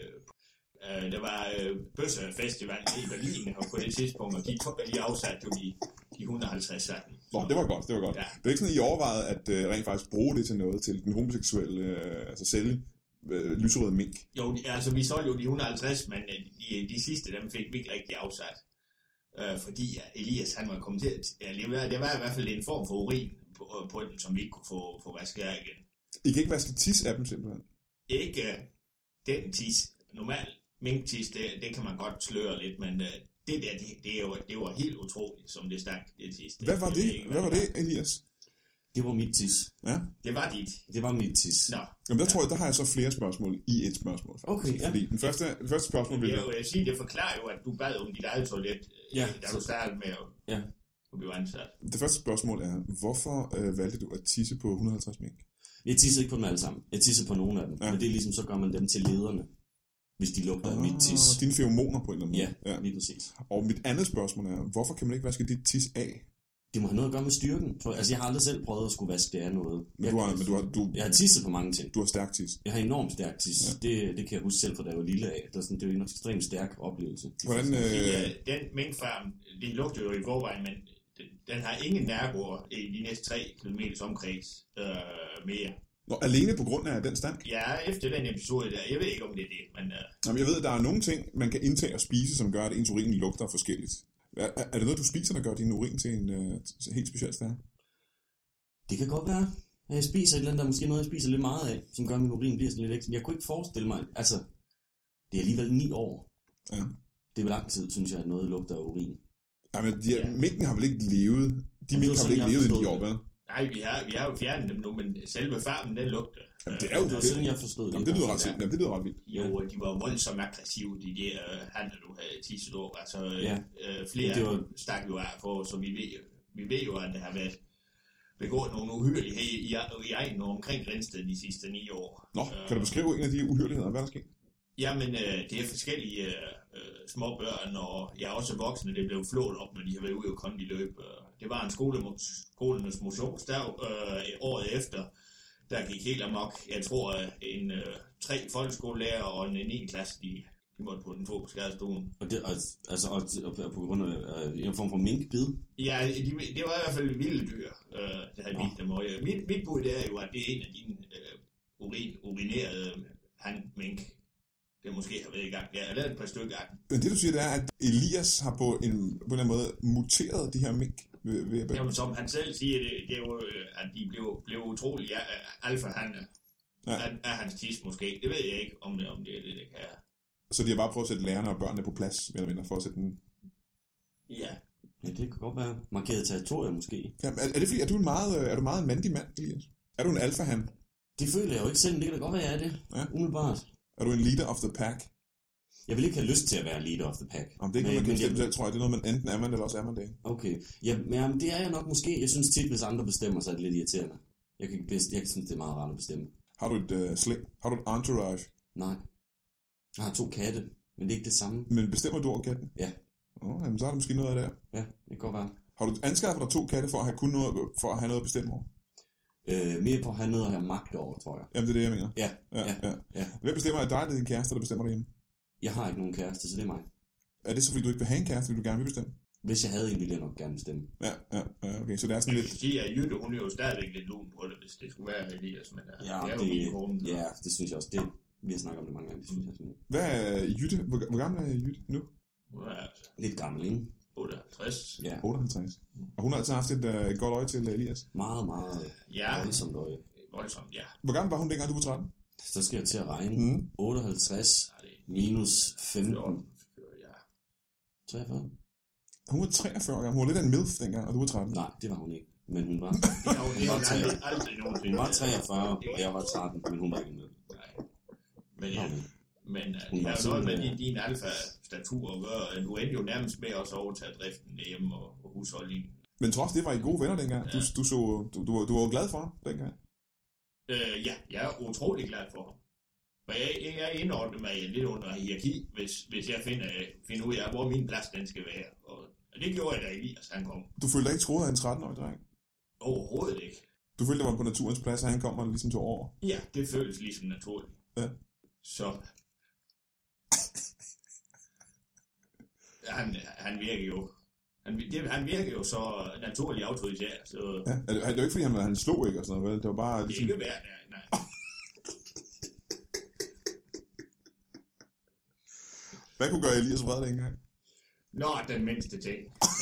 der var Bøssefestival i Berlin, og på det tidspunkt, og de afsatte jo de 150 satten. Nå, det var godt. Ja. Det er ikke sådan, at I overvejede at rent faktisk bruge det til noget, til den homoseksuelle, altså sælge lyserøde mink? Jo, altså vi solgte jo de 150, men de sidste, dem fik vi ikke rigtig afsat. Fordi Elias, han var kommet til, det var i hvert fald en form for urin på den, som vi ikke kunne få vasket af igen. I kan ikke vaske tis af dem simpelthen? Ikke den tis. Normalt minktis, det kan man godt sløre lidt, men det var helt utroligt, som det stak det tis. Hvad var det, Elias? Det var mit tis. Ja. Det var dit. Det var mit tis. Nå. Jamen der tror jeg, der har jeg så flere spørgsmål i et spørgsmål. Faktisk. Okay, ja. Fordi den første spørgsmål vil jeg sige, det forklarer jo, at du bad om dit eget toilet, da du startede med at blive ansat. Det første spørgsmål er, hvorfor valgte du at tisse på 150 mink? Jeg tisser ikke på dem alle sammen. Jeg tisser på nogle af dem. Men det er ligesom, så gør man dem til lederne, hvis de lugter af mit tis. Dine feromoner på en eller anden måde. Ja, lige præcis. Og mit andet spørgsmål er, hvorfor kan man ikke vaske dit tis af? Det må have noget at gøre med styrken, tror jeg. Altså, jeg har aldrig selv prøvet at skulle vaske det af noget. Jeg har tisset på mange ting. Du har stærk tis. Jeg har enormt stærk tis. Ja. Det kan jeg huske selv fra da jeg var lille af. Det er jo en ekstremt stærk oplevelse. Hvordan, den minkfarm, det lugter jo i forvejen, men den har ingen naboer i de næste 3 kilometers omkreds mere. Nå, alene på grund af den stank? Ja, efter den episode der. Jeg ved ikke, om det er det, men... Jamen, jeg ved, at der er nogle ting, man kan indtage og spise, som gør, at ens urin lugter forskelligt. Er det noget, du spiser, der gør din urin til en helt speciel stærk? Det kan godt være. Jeg spiser et eller andet, der er måske noget, jeg spiser lidt meget af, som gør, at min urin bliver sådan lidt ekstra. Jeg kunne ikke forestille mig, altså, det er alligevel 9 år. Ja. Det er lang tid, synes jeg, at noget lugter af urin. Jamen, minken har vel ikke levet? De mink har vel ikke levet i 9 år, vel? Nej, vi har jo fjernet dem nu, men selve farmen, den lugter. Jamen, det er jo det. Sådan, jeg forstod det. Jamen, det lyder ret simpelt. Jamen, det lyder ret vildt. Jo, de var voldsomt aggressive, de der handler, du havde tisset over. Altså, flere stak jo af for, så vi ved jo, at der har været begået nogle uhyreligheder i egen og omkring Grindsted de sidste 9 år. Nå, kan du beskrive en af de uhyreligheder? Hvad er der sket? Jamen, det er forskellige små børn, og også voksne, det blev flået op, når de har været ude og kondiløb. Det var en skolernes motionsdag året efter, der gik helt amok. Jeg tror, 3 folkeskolelærer og en 9. klasse, de måtte på den få på skadestolen. Og det, og på grund af en form for minkbid? Ja, det var i hvert fald vilde dyr, der havde bidt dem. Og mit bud er jo, at det er en af dine urinerede mink. Det måske har været i gang. Ja, jeg lavede et par stykker af den. Men det du siger, det er, at Elias har på en eller anden måde muteret de her mink? Jamen, som han selv siger, det er jo, at de blev utrolig alfa-hanne af hans tis måske. Det ved jeg ikke, om det er det kan. Så de har bare prøvet at sætte lærerne og børnene på plads, eller mindre, for at sætte den... Ja. Ja, det kan godt være markeret territorium måske. Ja, er det fordi, er du meget en mandig mand, Elias? Er du en alfa-han? Det føler jeg jo ikke selv, men det kan da godt være, jeg er det. Ja. Umiddelbart. Er du en leader of the pack? Jeg vil ikke have lyst til at være leader of the pack. Om det er ikke noget, man kan bestemme selv, tror jeg. Det er noget, man enten er man, eller også er man det ikke. Okay. Jamen, det er jeg nok måske. Jeg synes tit, hvis andre bestemmer, så er det lidt irriterende. Jeg synes, det er meget rart at bestemme. Har du et slæng? Har du et entourage? Nej. Jeg har 2 katte, men det er ikke det samme. Men bestemmer du over katten? Ja. Jamen, så er der måske noget af det der. Ja, det kan godt være. Har du anskaffet dig 2 katte for at have noget at bestemme over? Mere på at have noget at have magt over, tror jeg. Jamen, det er det, jeg mener. Ja. Hvem bestemmer? Er det dig eller din kæreste, der bestemmer derhjemme? Jeg har ikke nogen kæreste, så det er mig. Er det så, fordi du ikke vil have en kæreste, fordi du gerne vil bestemme? Hvis jeg havde en, ville jeg nok gerne bestemme. Ja, okay. Så det er sådan Jeg lidt... vil sige, at Jytte, hun er jo stadigvæk lidt lun på det, hvis det skulle være Elias, men det er jo min kone. Ja, det synes jeg også. Vi har snakket om det mange gange, det synes jeg sådan. Hvad er Jytte? Hvor gammel er Jytte nu? Hun er altså Lidt gammel, ikke? 58. Ja. 58. Og hun har altid haft et godt øje til Elias. Meget, meget voldsomt øje. Voldsomt, ja. Hvor gammel var hun dengang, du var 13? Så skal jeg til at regne. 58 minus 15. 43. Hun var 43 år gammel. Hun var lidt af en milf dengang, og du var 13. Nej, det var hun ikke. Men hun var. Det var aldrig nogensinde. Hun var 43, og jeg var 13, men hun var ikke med. Men det har jo noget med din alfa-statur at gøre. Du endte jo nærmest med også at overtage driften hjemme og husholdningen. Men trods det var I gode venner dengang. Ja. Du var glad for ham dengang. Ja, jeg er utrolig glad for ham. For jeg indordner mig lidt under hierarki, hvis jeg finder ud af, hvor min plads den skal være. Og det gjorde jeg da Elias, han kom. Du følte dig ikke troet af en 13-årig dreng? Overhovedet ikke. Du følte, det var på naturens plads, og han kom og ligesom tog over? Ja, det føles ligesom naturligt. Ja. Så han virker jo. Han virker jo så naturlig autoritær. Så Ja, det var ikke fordi han slog ikke og sådan noget, vel? Det var bare ligesom... ikke værd, nej. Hvad kunne gøre Elias vred dengang? Nå, den mindste ting.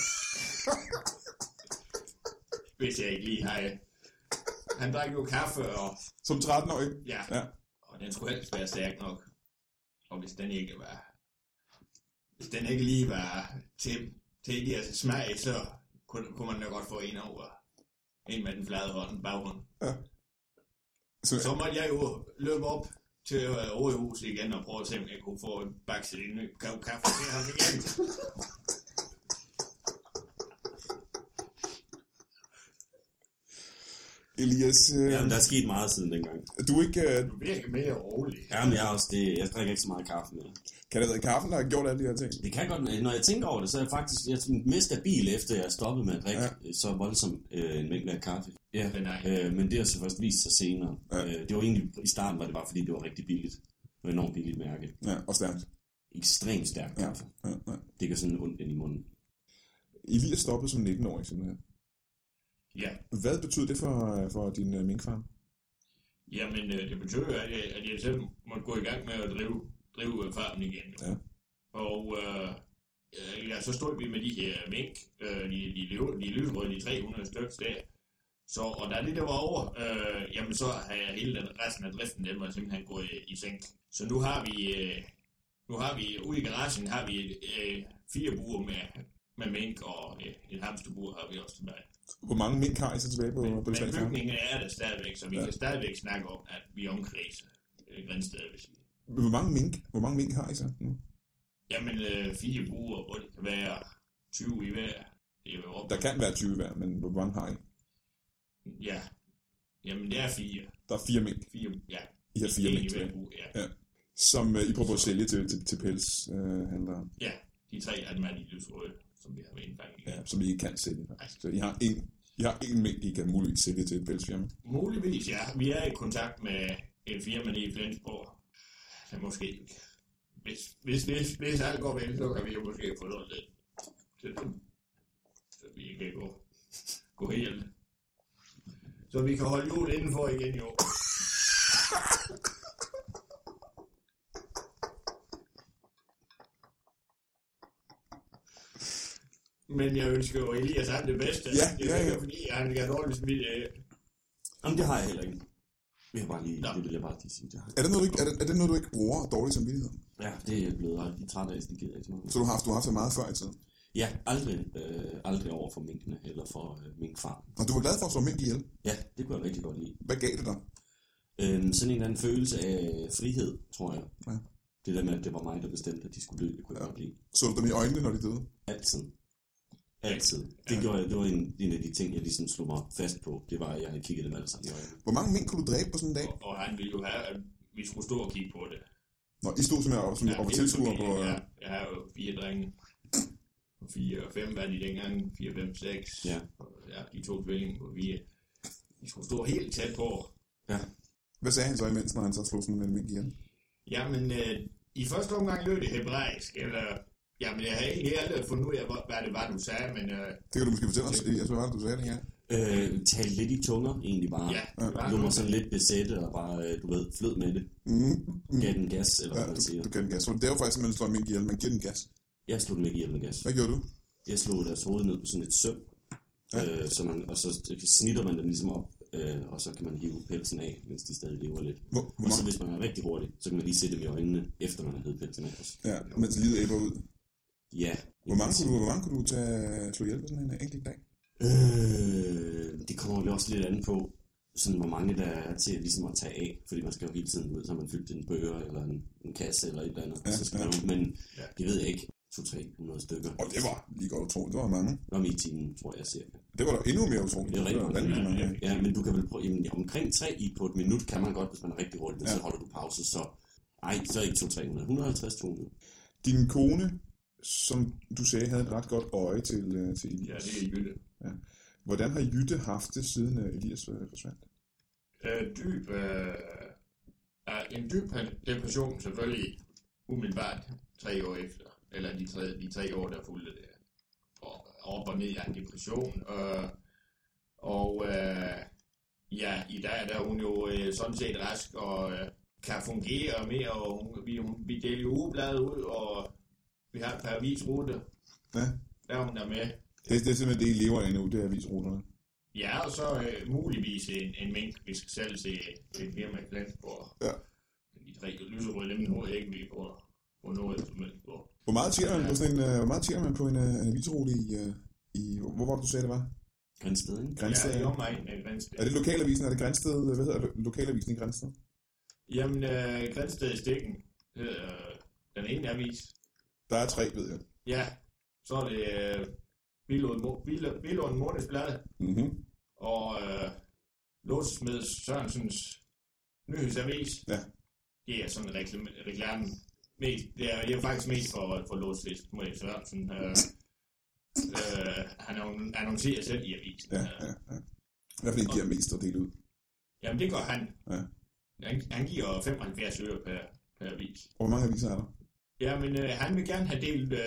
Hvis jeg ikke lige har... Han drak jo kaffe og... Som 13-årig? Ja. Og den skulle helst være stærk nok. Og hvis den ikke var... Hvis den ikke lige var til Elias smag, så kunne man da godt få en med den flade hånd, baghånd. Ja. Så måtte jeg jo løbe op til Rådhuset igen og prøve at se, om jeg kunne få bakset en ny kaffe til ham igen. Elias... Jamen, der er sket meget siden dengang. Du er ikke... Du virker mere rolig. Jamen, jeg drikker ikke så meget kaffe mere. Kan det have været kaffen, der har gjort alle de her ting? Det kan godt, når jeg tænker over det, så er jeg faktisk mere stabil, efter jeg stoppede med at drikke så voldsom en mængde af kaffe. Ja, men det har så først vist sig senere. Ja. Det var egentlig, i starten var det bare fordi, det var rigtig billigt. Det var enormt billigt mærke. Ja, og stærkt. Ekstremt stærkt kaffe. Ja. Det gør sådan ondt ind i munden. Elias stoppede som 19-årig simpelthen. Ja. Hvad betyder det for din minkfarm? Jamen, det betyder, at jeg selv måtte gå i gang med at drive farmen igen. Ja. Og så stod vi med de her mink, de lyserøde, de 300 stykker der. Så, og da det der var over, jamen så har jeg hele resten af driften, den var simpelthen gået i sænk. Så nu har vi ude i garagen, har vi 4 buer med mink, og et hamsterbur har vi også tilbage. Hvor mange mink har I så tilbage på Men det bygningen er der stadigvæk, så vi kan stadigvæk snakke om, at vi omkredser Grindsted, hvis vi... Hvor mange mink har I så nu? Jamen, 4 buer, hvor det kan være 20 i hver. Det er jo op. Der kan være 20 hver, men hvor mange har I? Ja. Jamen, det er 4. Der er 4 mink. 4, ja. I har 4 mink i hver tilbage. bue, ja. Som I prøver at sælge til pelshandlere. Ja, de 3 er dem af de lysrøde, som vi har været indfanget. Ja, som I ikke kan sælge. Så I har en mink, I kan muligvis sælge til et pelsfirma. Muligvis, ja. Vi er i kontakt med et firma i Flensborg. Så måske ikke. Hvis alt går vel, så kan vi jo måske få noget til dem. Så vi kan gå helt. Så vi kan holde jul indenfor igen, jo. Men jeg ønsker jo Elias alt det bedste. Ja. Det er fordi, han kan dårligt smide. Jamen, det har jeg heller ikke. Det vil jeg bare lige sige. Er det noget, du ikke bruger dårlig samvittighed? Ja, det er blevet rigtig træt af, så det gider ikke så meget. Så du har haft så meget før i tiden? Ja, aldrig over for minkene eller for minkfarmen. Og du var glad for at slå mink ihjel? Ja, det kunne jeg rigtig godt lide. Hvad gav det dig? Sådan en eller anden følelse af frihed, tror jeg. Ja. Det der med, at det var mig, der bestemte, at de skulle dø, det kunne jeg godt lide. Så du dem i øjnene, når de døde? Altid. Det gjorde jeg, det var en af de ting, jeg ligesom slog mig fast på. Det var, at jeg kiggede dem alle sammen i øjnene. Hvor mange mink kunne du dræbe på sådan en dag? Og han ville jo have, at vi skulle stå og kigge på det. Nå, I stod simpelthen og var tilskuere på... Ja, jeg har jo 4 drenge. 4 og 5 var de dengang. 4, 5, 6. Ja. Ja, de 2 tvillinger på 4. De skulle stå helt tæt på. Ja. Hvad sagde han så imens, når han så slog sådan en mink ihjel? Jamen, i første omgang lød det hebraisk, eller... Jamen, jeg har ikke aldrig fundet ud af, hvad det var, du sagde, men... Det kan du måske fortælle os, hvad var det, du sagde det, ja? Tal lidt i tunger, egentlig bare. Ja, det var Du må sådan lidt besætte, og bare, du ved, flød med det. Gav den gas, eller hvad man siger. Du gav den gas. Så det er jo faktisk, at man slår en mink ihjel, man giver den gas. Jeg slog den ikke ihjel med gas. Hvad gjorde du? Jeg slog deres hoved ned på sådan et søm, og så snitter man dem ligesom op, og så kan man hive pelsen af, mens de stadig lever lidt. Og så hvis man er rigtig hurtig, så kan man lige sætte dem i øjnene, efter man har hævet pelsen af også. Ja, mens livet æbber ud. Ja. Hvor mange kunne du slå ihjel på sådan en enkelt dag? Det kommer jo også lidt an på, sådan hvor mange der er til ligesom at tage af, fordi man skal jo hele tiden ud, så har man fyldt en bøger eller en kasse eller et eller andet, så skal man, men det ved jeg ikke, 200-300 stykker. Og det var lige godt utroligt, det var mange. Det var min timen, tror jeg, cirka. Det var da endnu mere utroligt. Det er rigtig mange. Ja, men du kan vel prøve, jamen, omkring 3 i på et minut kan man godt, hvis man er rigtig hurtig, men så holder du pause, så ikke 200-300, 150-200. Din kone, som du sagde, havde et ret godt øje til Elias. Ja, det er Jytte. Ja. Hvordan har Jytte haft det, siden Elias forsvandt? En dyb depression, selvfølgelig umiddelbart 3 år efter, eller de 3 år, der fulgte det. Og op og ned af en depression. Ja, i dag der er hun jo sådan set rask og kan fungere mere, og vi deler jo ugebladet ud, og vi har et par avisruter. Ja. Der er hun der med. Det er simpelthen det, I lever af nu, det er avisruterne. Ja, og så muligvis en mink, vi skal sælge til et firma i Flensborg. Ja. De 3 lyserøde, dem nu ikke vi på noget som helst på. Hvor meget tjener man på en avisrute i hvor var det, du sagde, det var? Grænsted, ikke? Grænsted. Ja, det er omegn af Grænsted. Er det lokalavisen? Er det Grænsted? Hvad hedder det? Lokalavisen i Grænsted? Jamen, Grænsted i Stikken hedder den ene avis. Der er 3, ved jeg. Ja, så er det Billund Månedsblad og Låsesmed Sørensens Nyhedsavis. Ja. Det er sådan reklame. Det er faktisk mest for Låsesmed Sørensen. Han annoncerer selv i avisen. Ja. Hvad for en giver mest at dele ud? Jamen, det gør han. Ja. Han giver 75 øre per avis. Og hvor mange aviser er der? Jamen, han vil gerne have delt,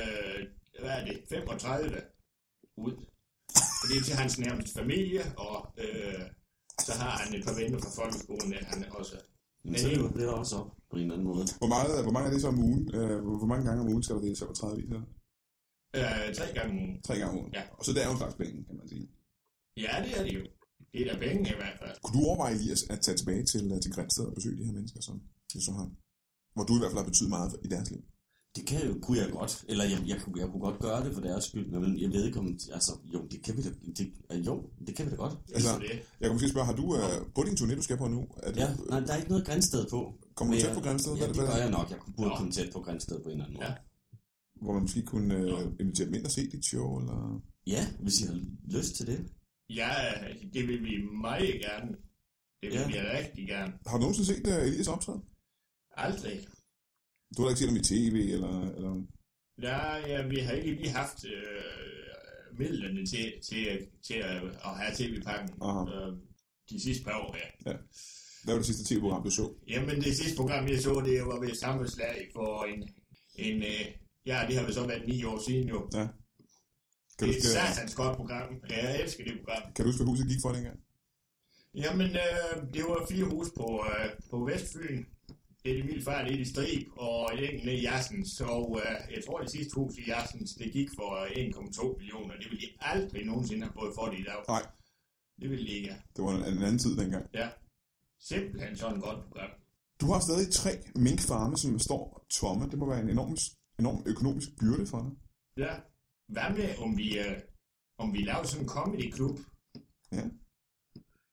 35 ud. Og det er til hans nærmeste familie, og så har han et par venner fra folkeskolen, han også. Men så det er også op på en eller anden måde. Hvor mange er det så om ugen? Hvor mange gange om ugen skal der deles 35 aviser? 3 gange om ugen. 3 gange om ugen? Ja. Og så det er jo en slags penge, kan man sige. Ja, det er det jo. Det er der penge i hvert fald. Kunne du overveje, Elias, at tage tilbage til Grænsted og besøge de her mennesker, som du så har? Hvor du i hvert fald har betydet meget i deres liv? Det kunne jeg godt, eller jeg kunne godt gøre det for deres skyld, men jeg ved ikke om, altså, det kan vi da godt. Altså, jeg kan måske spørge, har du på din turné, du skal på nu? Nej, der er ikke noget Grænsted på. Kommer du tæt på Grænsted? Ja, det gør jeg nok. Jeg burde komme tæt på Grænsted på en eller anden måde. Ja. Hvor man måske kunne invitere dem ind og se dit show, eller? Ja, hvis I har lyst til det. Ja, det vil vi meget gerne. Det vil vi rigtig gerne. Har du nogensinde set Elias optræde? Aldrig. Du har da ikke set dem i tv, eller? Ja, vi har ikke lige haft midlerne til at have tv-pakken de sidste par år her. Ja. Hvad var det sidste tv-program, du så? Jamen, det sidste program, jeg så, det var ved sammenslag for det har vel så været 9 år siden jo. Ja. Det er et satans godt program. Jeg elsker det program. Kan du huske, hvad huset gik for dengang? Jamen, det var 4 hus på Vestfyn. Det er de mildt far lidt i Strib, og et enkelt ned i Jassens. Og jeg tror, det sidste hus i Jassens, det gik for 1,2 millioner. Det ville de aldrig nogensinde have fået for det i dag. Nej. Det ville de ikke. Det var en anden tid dengang. Ja. Simpelthen sådan et godt program. Du har stadig 3 minkfarme, som står tomme. Det må være en enorm økonomisk byrde for dig. Ja. Hvad med, om vi laver sådan en comedy-klub? Ja.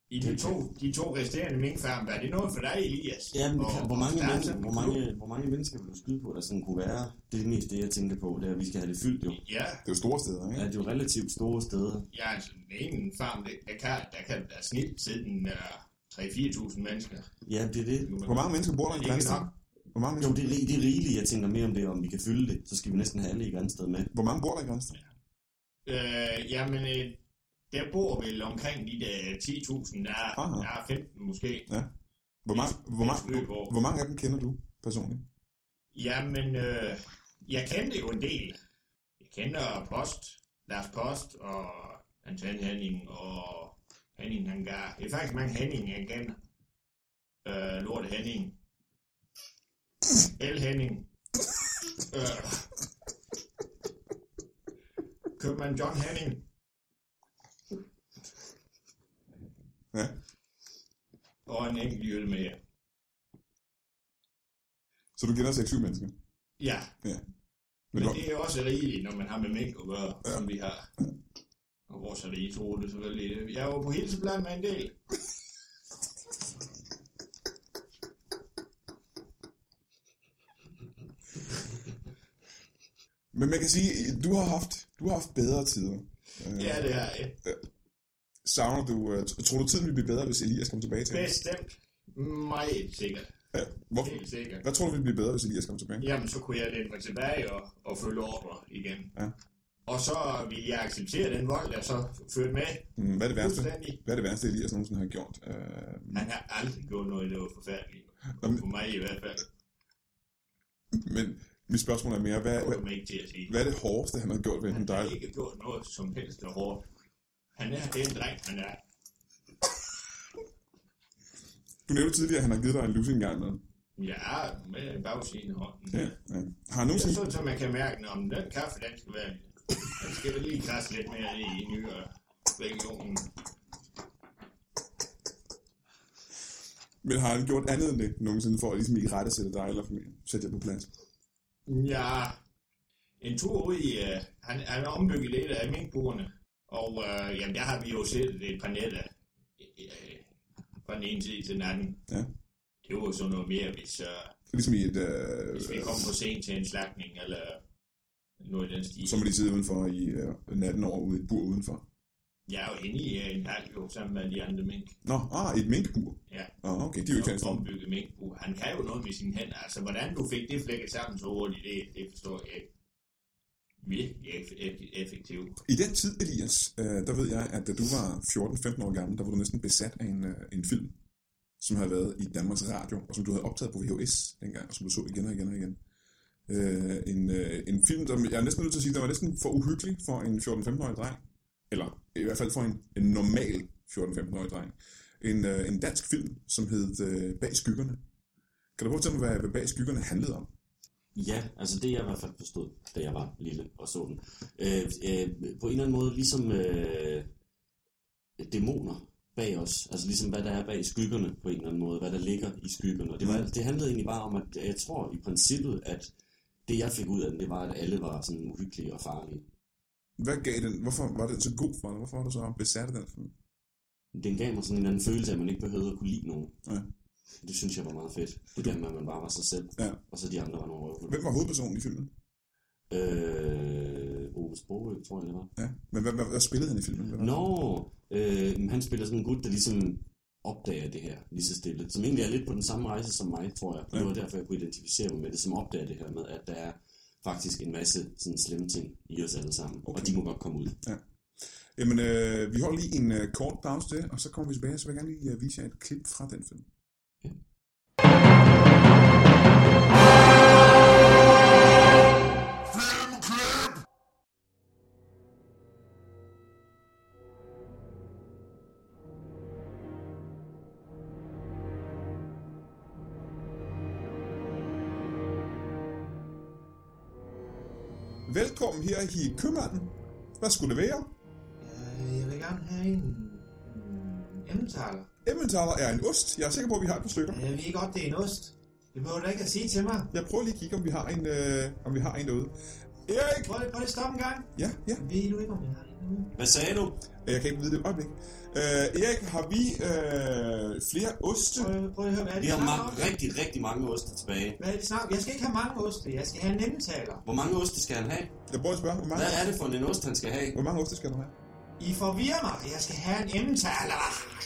I de to resterende minkfarme, er det noget for dig, Elias? Ja, men hvor mange mennesker vil du skyde på, der sådan kunne være? Det er mest det, jeg tænker på, det er, at vi skal have det fyldt jo. Ja. Det er jo store steder, ikke? Ja, det er jo relativt store steder. Ja, altså den ene farm, der kan der snit sidde den 3-4.000 mennesker. Ja, det er det. Hvor mange mennesker bor der i Grænsted? Hvor mange Jo, det er rigeligt. Jeg tænker mere om det, om vi kan fylde det. Så skal vi næsten have alle i Grænsted med. Hvor mange bor der i Grænsted? Jamen, der bor vel omkring de der 10.000, der er 15 måske. Ja. Hvor mange af dem kender du personligt? Jamen, jeg kender jo en del. Jeg kender Lars Post og Anton Henning og Henning Hangar. Det er faktisk mange Henning, jeg kender. Lorte Henning. El Henning. Købmand John Henning. Ja. Og en enkelt jøde mere. Så du kender 6-7 mennesker? Ja. Men det er også rigeligt, når man har med mink at gøre, som vi har. Og vores er det i troede selvfølgelig. Jeg var på hilseplan med en del. Men man kan sige, du har haft bedre tider. Ja, det har jeg. Savner du, tror du tiden vil blive bedre, hvis Elias kommer tilbage til det? Bestemt. Meget sikkert. Ja, helt sikkert. Hvad tror du vil blive bedre, hvis Elias kommer tilbage? Jamen, så kunne jeg læne mig tilbage og følge ordre igen. Ja. Og så vil jeg acceptere den vold, jeg så førte med. Hvad er det værste, Elias nogensinde har gjort? Han har aldrig gjort noget, der var forfærdeligt. For mig i hvert fald. Men mit spørgsmål er mere, hvad er det hårdeste, han har gjort ved dig? Han har ikke gjort noget som helst der hårdt. Han er den dreng, han er. Du nævnte tidligere, at han har givet dig en lussing engang med. Ja, med bagsiden af hånden. Ja. Har han nogensinde... Det er sådan, så man kan mærke, om den kaffe, den skal være... Den skal vel lige krasse lidt mere i nyere regionen. Men har han gjort andet end det nogensinde for at ligesom i rette sætte dig eller familien? Sætte jer på plads? Ja, en tur ud i... Han har ombygget lidt af minkburene. Og jamen, der har vi jo set et par nætter fra den ene side til den anden. Ja. Det var jo sådan noget mere, hvis ligesom i et... hvis vi kom for sent til en slagtning, eller noget i den stil. Så må de sidde udenfor i natten over ude i et bur udenfor. Jeg er jo inde i en halv jo, sammen med de andre mink. Nå, et minkbur? Ja. Okay, de er jo ikke fandt ombygget minkbur. Han kan jo noget med sine hænder. Altså, hvordan du fik det flækket sammen så hurtigt, det forstår jeg ikke. Virkelig effektivt. I den tid, Elias, der ved jeg, at da du var 14-15 år gammel, der var du næsten besat af en film, som havde været i Danmarks Radio, og som du havde optaget på VHS dengang, og som du så igen og igen og igen. En film, som jeg er næsten nødt til at sige, der var næsten for uhyggelig for en 14-15-årig dreng. Eller i hvert fald for en normal 14-15-årig dreng. En dansk film, som hed Bag Skyggerne. Kan du prøve at fortælle mig, hvad Bag Skyggerne handlede om? Ja, altså det jeg i hvert fald forstod, da jeg var lille og så den. På en eller anden måde ligesom dæmoner bag os. Altså ligesom hvad der er bag skyggerne på en eller anden måde. Hvad der ligger i skyggerne. Det handlede egentlig bare om, at jeg tror i princippet, at det jeg fik ud af den, det var, at alle var sådan uhyggelige og farlige. Hvad gav den? Hvorfor var den så god for dig? Hvorfor var du så besat af den film? Den gav mig sådan en anden følelse af, at man ikke behøvede at kunne lide nogen. Ja. Det synes jeg var meget fedt. Det der med, at man bare var sig selv. Ja. Og så de andre var nogle røvhuller. Hvem var hovedpersonen i filmen? Ove Sprogøe, tror jeg det var. Ja, men hvad spillede han i filmen? Han spiller sådan en gut, der ligesom opdager det her lige så stille. Som egentlig er lidt på den samme rejse som mig, tror jeg. Ja. Det var derfor, jeg kunne identificere mig med det, som opdager det her med, at der er faktisk en masse sådan slemme ting i os alle sammen. Okay. Og de må godt komme ud. Ja. Jamen, vi holder lige en kort pause til, og så kommer vi tilbage. Så vil jeg gerne lige vise jer et klip fra den film. Ja. Velkommen her i Købmanden. Hvad skulle det være? Jeg vil gerne have en Emmentaler. Emmentaler er en ost. Jeg er sikker på, at vi har et par stykker. Jeg ved godt, det er en ost. Det må du da ikke at sige til mig. Jeg prøver lige at kigge, om vi har en derude. Erik! Prøv lige at stoppe en gang. Ja. Ved du ikke, om jeg har det nu? Hvad sagde du? Jeg kan ikke vide det et øjeblik. Erik, har vi flere oste? Prøv at høre, hvad er det, Vi har snakker om? rigtig mange oste tilbage. Hvad er det, snakker om? Jeg skal ikke have mange oste. Jeg skal have en emmentaler. Hvor mange oste skal han have? Jeg prøver at spørge, Hvad er det for en ost, han skal have? hvor mange oste skal du have? I forvirrer mig. Jeg skal have en emmentaler.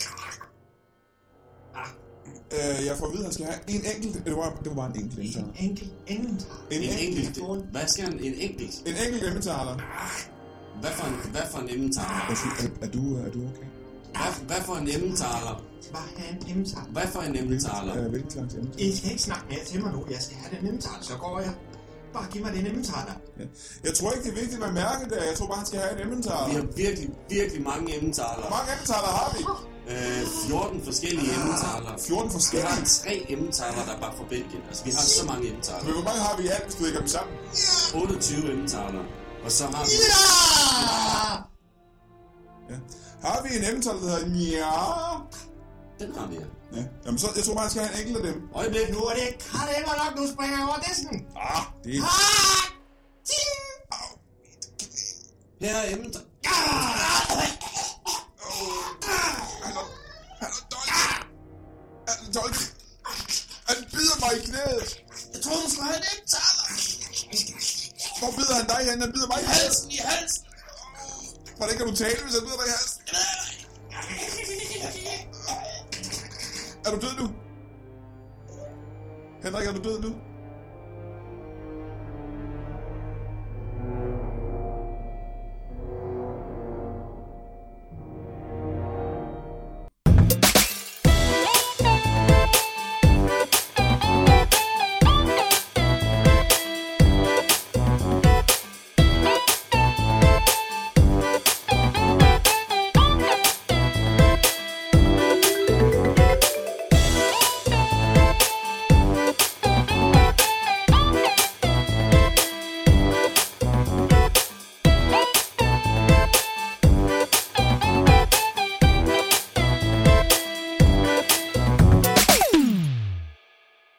Jeg får at vide, at han skal have en enkelt. Det var bare en enkelt emmentaler. En enkelt emmentaler. En enkelt. Hvad skal han? En enkelt? En enkelt emmentaler. Hvad for en emmentaler? Er du okay? Hvad for en emmentaler? Jeg skal bare have en emmentaler. Hvad for en emmentaler? Hvilken slags emmentaler? I skal ikke snakke mere til mig nu. Jeg skal have den emmentaler, så går jeg. Bare giv mig den emmentaler. Ja. Jeg tror ikke, det er vigtigt at mærke det. Jeg tror bare, han skal have en emmentaler. Vi har virkelig mange emmentaler. Hvor mange emmentaler har vi? 14 forskellige emmentaler. 14 Vi forskellige. har 3 emmentaler, der er bare fra Belgien. Altså, vi har så mange emmentaler. Men hvor mange har vi i alt, hvis du lægger dem sammen? 28 emmentaler. Og så har vi... Ja. Har vi en emmentaler, der hedder Nja? Den har vi, ja. Ja. Jamen, så, jeg tror bare, han skal have en enkelt af dem. Øjeblik. Nu er det kralemmer nok. Nu springer jeg over disken. Det er... Her er emmentaler. Han er dolk. Han bider mig i knæet. Jeg troede, du skulle have en emmentaler. Hvor bider han dig hen? Han bider mig i halsen. I halsen. Hvordan kan du tale, hvis han bider dig i halsen? Er du død nu? Henrik, er du død nu?